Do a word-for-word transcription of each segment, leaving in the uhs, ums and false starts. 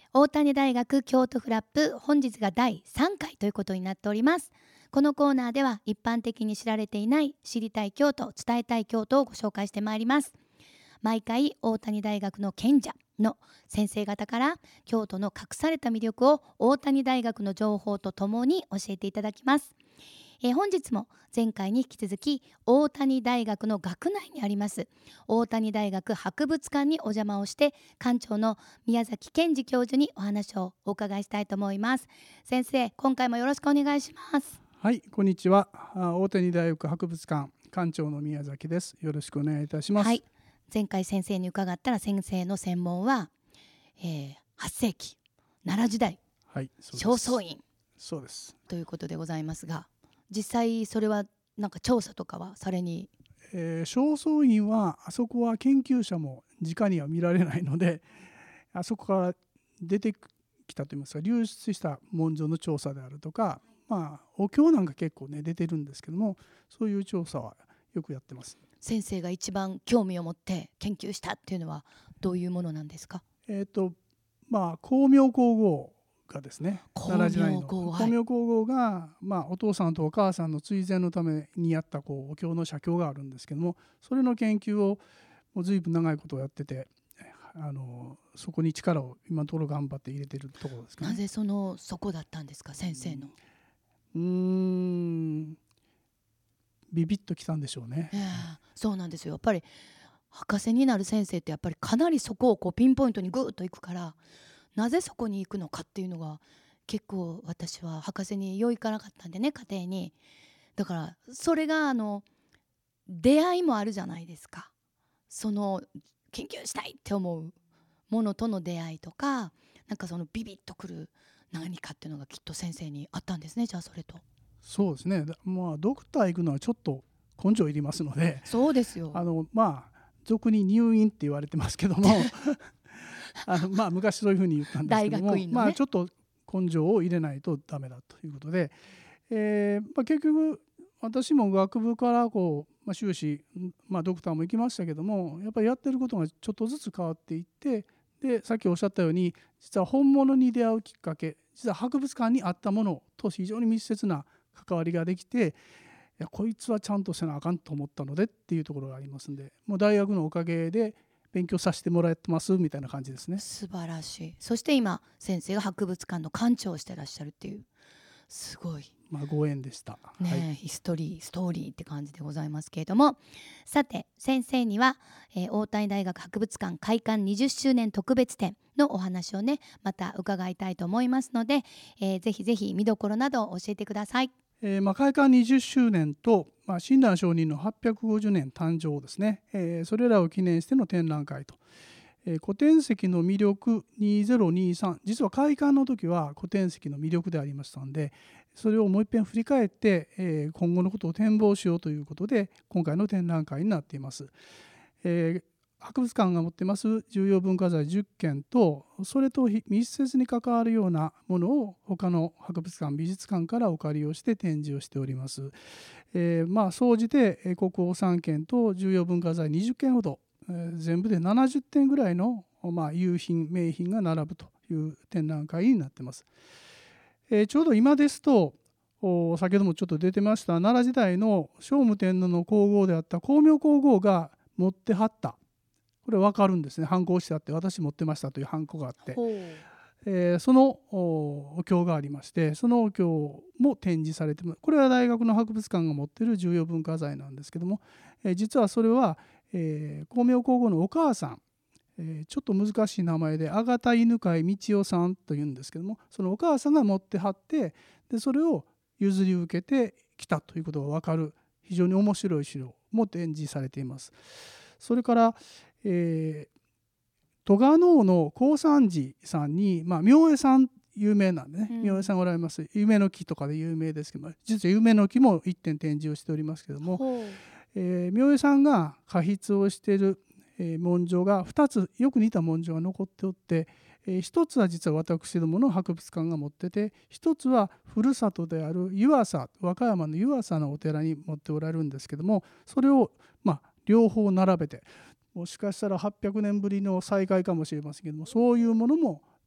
大谷大学京都フラップ、本日がだいさんかいということになっております。このコーナーでは一般的に知られていない知りたい京都、伝えたい京都をご紹介してまいります。毎回大谷大学の賢者の先生方から京都の隠された魅力を大谷大学の情報とともに教えていただきます。えー本日も前回に引き続き大谷大学の学内にあります大谷大学博物館にお邪魔をして、館長の宮崎健二教授にお話をお伺いしたいと思います。先生、今回もよろしくお願いします。 はい、こんにちは。あ大谷大学博物館館長の宮崎です。よろしくお願いいたします。 はい、前回先生に伺ったら、先生の専門は、えー、はっせいき奈良時代はい、そうです。 正倉院そうです。 ということでございますが、実際それはなんか調査とかはされに。 えー、正倉院はあそこは研究者も直には見られないので、あそこから出てきたといいますか、流出した文書の調査であるとか、まあお経なんか結構ね出てるんですけども、そういう調査はよくやってます。 先生が一番興味を持って研究したっていうのはどういうものなんですか？ えっ、とまあ光明皇后がですね、奈良時代の光明皇后、 光明皇后が、まあ、お父さんとお母さんの追善のためにやったこうお経の写経があるんですけども、それの研究をもう随分長いことをやってて、あのそこに力を今のところ頑張って入れてるところですかね。 なぜそのそこだったんですか、先生の。 うーんビビッときたんでしょうね。 ええ、そうなんですよ。やっぱり博士になる先生ってやっぱりかなりそこをこうピンポイントにグーッといくから、なぜそこに行くのかっていうのが結構私は博士によいかなかったんでね、家庭に。だからそれがあの出会いもあるじゃないですか。その研究したいって思うものとの出会いとか、なんかそのビビッとくる何かっていうのがきっと先生にあったんですね。じゃあそれと。 そうですね。だまあドクター行くのはちょっと根性いりますので、 そうですよ。 あのまあ俗に入院って言われてますけどもあのまあ昔そういうふうに言ったんですけど大学も、 院のね。 まあちょっと根性を入れないとダメだということで、えーまあ、結局私も学部からこう、まあ、修士、まあ、ドクターも行きましたけども、やっぱりやってることがちょっとずつ変わっていって、でさっきおっしゃったように、実は本物に出会うきっかけ、実は博物館にあったものと非常に密接な関わりができて、いやこいつはちゃんとせなあかんと思ったのでっていうところがありますんで、もう大学のおかげで勉強させてもらってますみたいな感じですね。 素晴らしい。そして今先生が博物館の館長をしてらっしゃるっていう、すごいまあご縁でした。 ね、 はい、 ヒストリーストーリーって感じでございますけれども、さて先生には、えー大谷大学博物館開館にじゅっしゅうねん特別展のお話をね、また伺いたいと思いますので、えーぜひぜひ見どころなどを教えてください。 えーまあ、開館にじゅっしゅうねんと、まあ、親鸞上人のはっぴゃくごじゅうねん誕生ですね、えーそれらを記念しての展覧会と、えー古典籍の魅力にせんにじゅうさん、実は開館の時は古典籍の魅力でありましたので、それをもう一遍振り返って、えー今後のことを展望しようということで今回の展覧会になっています。えー博物館が持っています重要文化財じゅっけんと、それと密接に関わるようなものを他の博物館美術館からお借りをして展示をしております。えーまあ総じてえー国宝さんけんと重要文化財にじゅっけんほど、えー全部でななじゅってんぐらいの、まあ、有品名品が並ぶという展覧会になっています。えーちょうど今ですと、お先ほどもちょっと出てました奈良時代の聖武天皇の皇后であった光明皇后が持ってはった、これ分かるんですね。反抗してあって、私持ってましたというハンコがあって、 ほう。 えーそのお経がありまして、そのお経も展示されてます。これは大学の博物館が持っている重要文化財なんですけども、えー実はそれは、えー、光明皇后のお母さん、えーちょっと難しい名前で吾田犬飼道夫さんというんですけども、そのお母さんが持ってはって、でそれを譲り受けてきたということが分かる非常に面白い資料も展示されています。それから、えー戸賀能の高山寺さんに、まあ、明恵さん有名なんでね、 うん、 明恵さんおられます。夢の木とかで有名ですけども、実は夢の木も一点展示をしておりますけども、 ほう。 えー明恵さんが加筆をしている、えー文書がふたつよく似た文書が残っておって、えー、ひとつは実は私どもの博物館が持ってて、ひとつはふるさとである湯浅、和歌山の湯浅のお寺に持っておられるんですけども、それをまあ両方並べて、もしかしたらはっぴゃくねんぶりの再開かもしれませんけども、そういうものも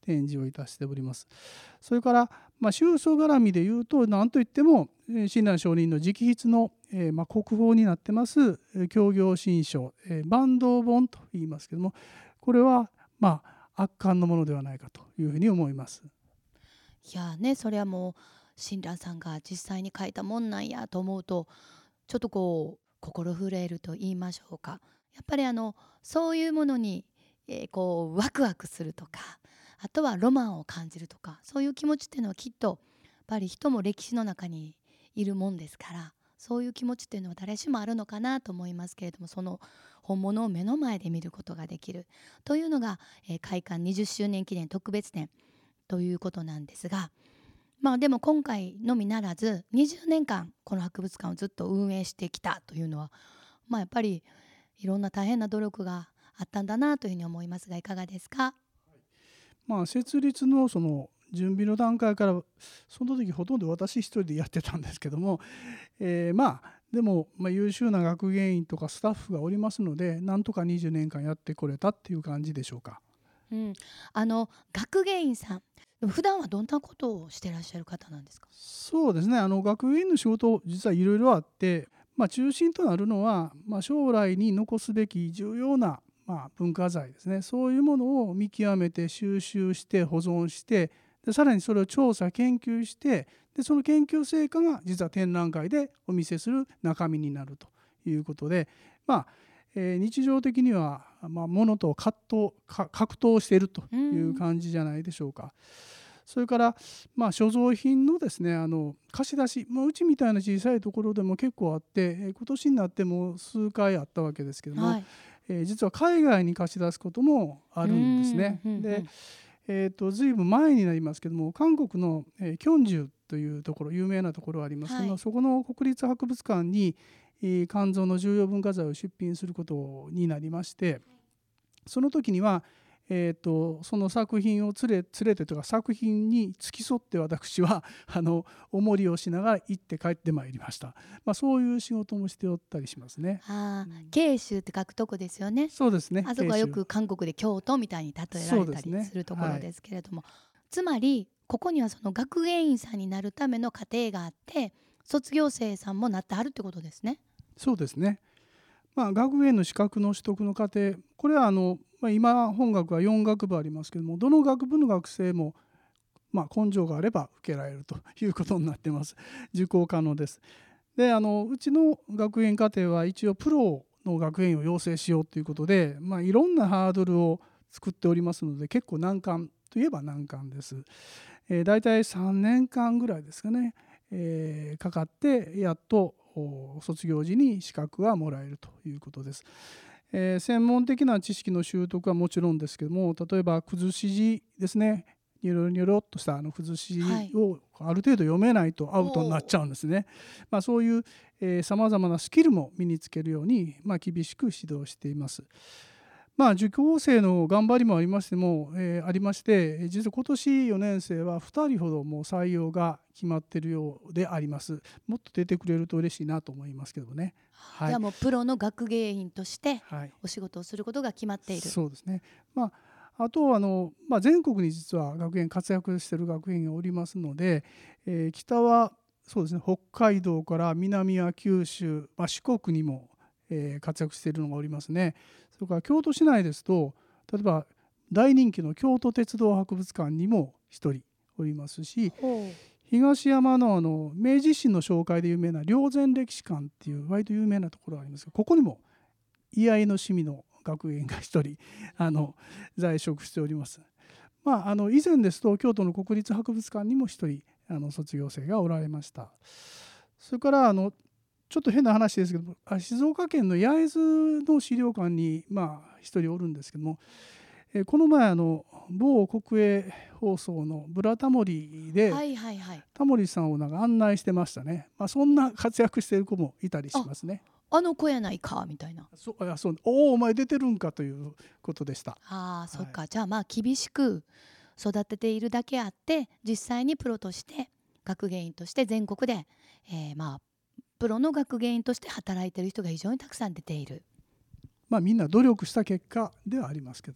展示をいたしております。それから、まあ、宗祖絡みでいうと何といっても親鸞上人の直筆の、えーまあ、国宝になってます教行信証、えー、坂東本と言いますけども、これはまあ圧巻のものではないかというふうに思います。 いやね、それはもう親鸞さんが実際に書いたもんなんやと思うと、ちょっとこう心震えると言いましょうか。やっぱりあのそういうものに、えーこうワクワクするとか、あとはロマンを感じるとか、そういう気持ちっていうのはきっとやっぱり人も歴史の中にいるもんですから、そういう気持ちっていうのは誰しもあるのかなと思いますけれども、その本物を目の前で見ることができるというのが、えー開館にじゅっしゅうねん記念特別展ということなんですが、まあでも今回のみならずにじゅうねんかんこの博物館をずっと運営してきたというのは、まあやっぱりいろんな大変な努力があったんだなというふうに思いますが、いかがですか？ まあ、設立のその準備の段階から、その時ほとんど私一人でやってたんですけども、えーまあでも、まあ、優秀な学芸員とかスタッフがおりますので、なんとかにじゅうねんかんやってこれたっていう感じでしょうか。 うん、あの学芸員さん、でも普段はどんなことをしてらっしゃる方なんですか？ そうですね、あの学芸員の仕事実はいろいろあって、まあ、中心となるのは、まあ、将来に残すべき重要な、まあ、文化財ですね、そういうものを見極めて収集して保存して、でさらにそれを調査研究して、でその研究成果が実は展覧会でお見せする中身になるということで、まあえー日常的には、まあ、ものと葛藤か格闘しているという感じじゃないでしょうか。それから、まあ、所蔵品のですね、あの貸し出し、まあ、うちみたいな小さいところでも結構あって、えー今年になっても数回あったわけですけども、 はい。 えー実は海外に貸し出すこともあるんですね。 うん、うん、うで、 ん。 えー、とずいぶん前になりますけども、韓国の、えーキョンジュというところ、有名なところがありますけども、 はい。 そこの国立博物館に、えー肝臓の重要文化財を出品することになりまして、その時には、えー、とその作品を連れ連れてというか、作品に付き添って私はあのおもりをしながら行って帰ってまいりました。まあ、そういう仕事もしておったりしますね。 ああ、 うん、 慶州って書くとこですよね。 そうですね、 あそこはよ慶州。 く韓国で京都みたいに例えらそうれたですね。 りするとこはい。 ろですけれども、つまりここにはその学芸員さんになるための過程があって、卒業生さんもなってはるってことですね。 そうですね。まあ、学芸の資格の取得の過程、これはあの、まあ、今本学はよん学部ありますけども、どの学部の学生も、まあ、根性があれば受けられるということになっています。受講可能です。で、あのうちの学園課程は一応プロの学園を養成しようということで、まあ、いろんなハードルを作っておりますので、結構難関といえば難関です。えー、大体さんねんかんぐらいですかね、えーかかってやっと卒業時に資格がもらえるということです。えー専門的な知識の習得はもちろんですけども、例えば崩し字ですね、ニョロニョロっとしたあの崩しはい。 をある程度読めないとアウトになっちゃうんですね。まあ、そういうさまざまなスキルも身につけるように、まあ、厳しく指導しています。まあ、受講生の頑張りもありましても、えーありまして、実は今年よねん生はふたりほどもう採用が決まっているようであります。もっと出てくれると嬉しいなと思いますけどね。はい。 じゃあもうプロの学芸員としてはい。 お仕事をすることが決まっている。 そうですね。まあ、あとあの、まあ、全国に実は学園活躍している学園がおりますので、えー北はそうですね、北海道から南は九州、まあ、四国にも、えー活躍しているのがおりますね。それから京都市内ですと、例えば大人気の京都鉄道博物館にもひとりおりますし、 ほう。 東山のあの明治維新の紹介で有名な霊山歴史館っていう割と有名なところがありますが、ここにも居合の趣味の学芸員がひとりあの在職しております。まあ、あの以前ですと京都の国立博物館にもひとりあの卒業生がおられました。それからあのちょっと変な話ですけども、あ静岡県の焼津の資料館にまあひとりおるんですけども、えーこの前あの某国営放送の「ブラタモリ」ではいはいはい。 タモリさんをなんか案内してましたね。まあ、そんな活躍している子もいたりしあ、 ますね。 あの子やないかみたいな。 そあそうおおお前出てるんかということでした。 ああ、そはい、 っか。じゃあまあ厳しく育てているだけあって、実際にプロとして学芸員として全国で、えーまあプロの学芸員として働いている人が非常にたくさん出ている。 まあみんな努力した結果ではありますけどね。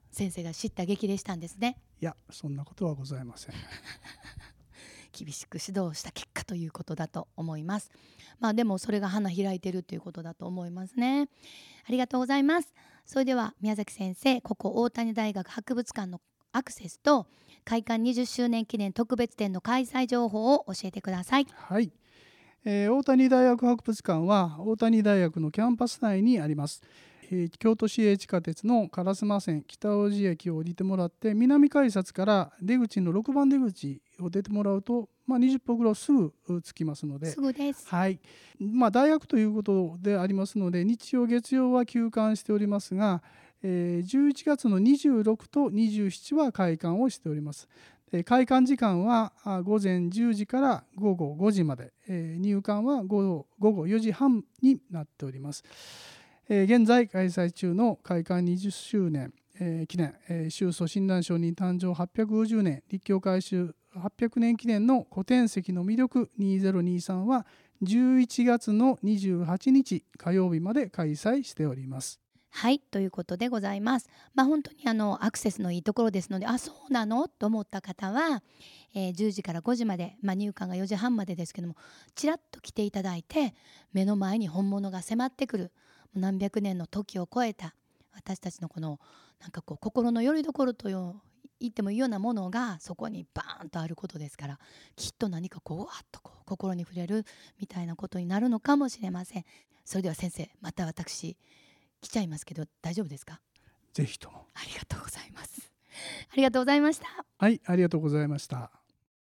先生が知った激励したんですね。 いや、そんなことはございません。 厳しく指導した結果ということだと思います。まあでもそれが花開いてるということだと思いますね。ありがとうございます。それでは宮崎先生、ここ大谷大学博物館のアクセスと開館にじゅっしゅうねん記念特別展の開催情報を教えてください。 はい、えー大谷大学博物館は大谷大学のキャンパス内にあります。えー京都市営地下鉄の烏丸線北大路駅を降りてもらって、南改札から出口のろくばん出口を出てもらうと、まあ、にじゅっぷんぐらいすぐ着きますので、 すぐです。 はい、まあ、大学ということでありますので、日曜月曜は休館しておりますが、えーじゅういちがつのにじゅうろくとにじゅうしちは開館をしております。えー開館時間はあ午前じゅうじから午後ごじまで、えー入館は午後午後よじはんになっております。えー現在開催中の開館にじゅっしゅうねん、えー記念、えー宗祖親鸞上人誕生はっぴゃくごじゅうねん立教改修はっぴゃくねん記念の古典籍の魅力にせんにじゅうさんはじゅういちがつのにじゅうはちにち火曜日まで開催しております。 はい、ということでございます。まあ本当にあのアクセスのいいところですので、あ、そうなのと思った方は、えーじゅうじからごじまで、まあ、入館がよじはんまでですけども、ちらっと来ていただいて、目の前に本物が迫ってくる、もう何百年の時を超えた私たちのこのなんかこう心の拠り所という言ってもいいようなものがそこにバーンとあることですから、きっと何かこうわっとこう心に触れるみたいなことになるのかもしれません。それでは先生、また私来ちゃいますけど大丈夫ですか？ ぜひとも。 ありがとうございます。ありがとうございました。 はい、ありがとうございました。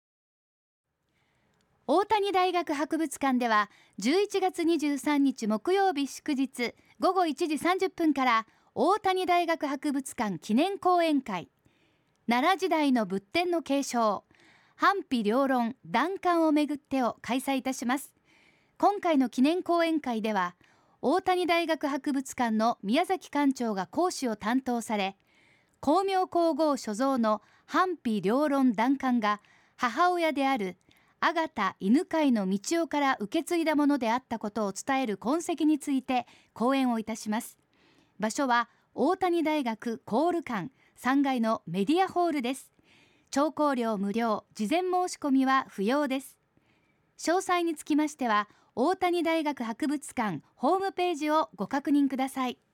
大谷大学博物館ではじゅういちがつにじゅうさんにち木曜日祝日ごごいちじさんじゅっぷんから大谷大学博物館記念講演会、奈良時代の仏典の継承、反否両論談漢をめぐってを開催いたします。今回の記念講演会では大谷大学博物館の宮崎館長が講師を担当され、光明皇后所蔵の反否両論談漢が母親である阿形犬飼の道夫から受け継いだものであったことを伝える痕跡について講演をいたします。場所は大谷大学コール館さんがいのメディアホールです。聴講料無料、事前申し込みは不要です。詳細につきましては大谷大学博物館ホームページをご確認ください。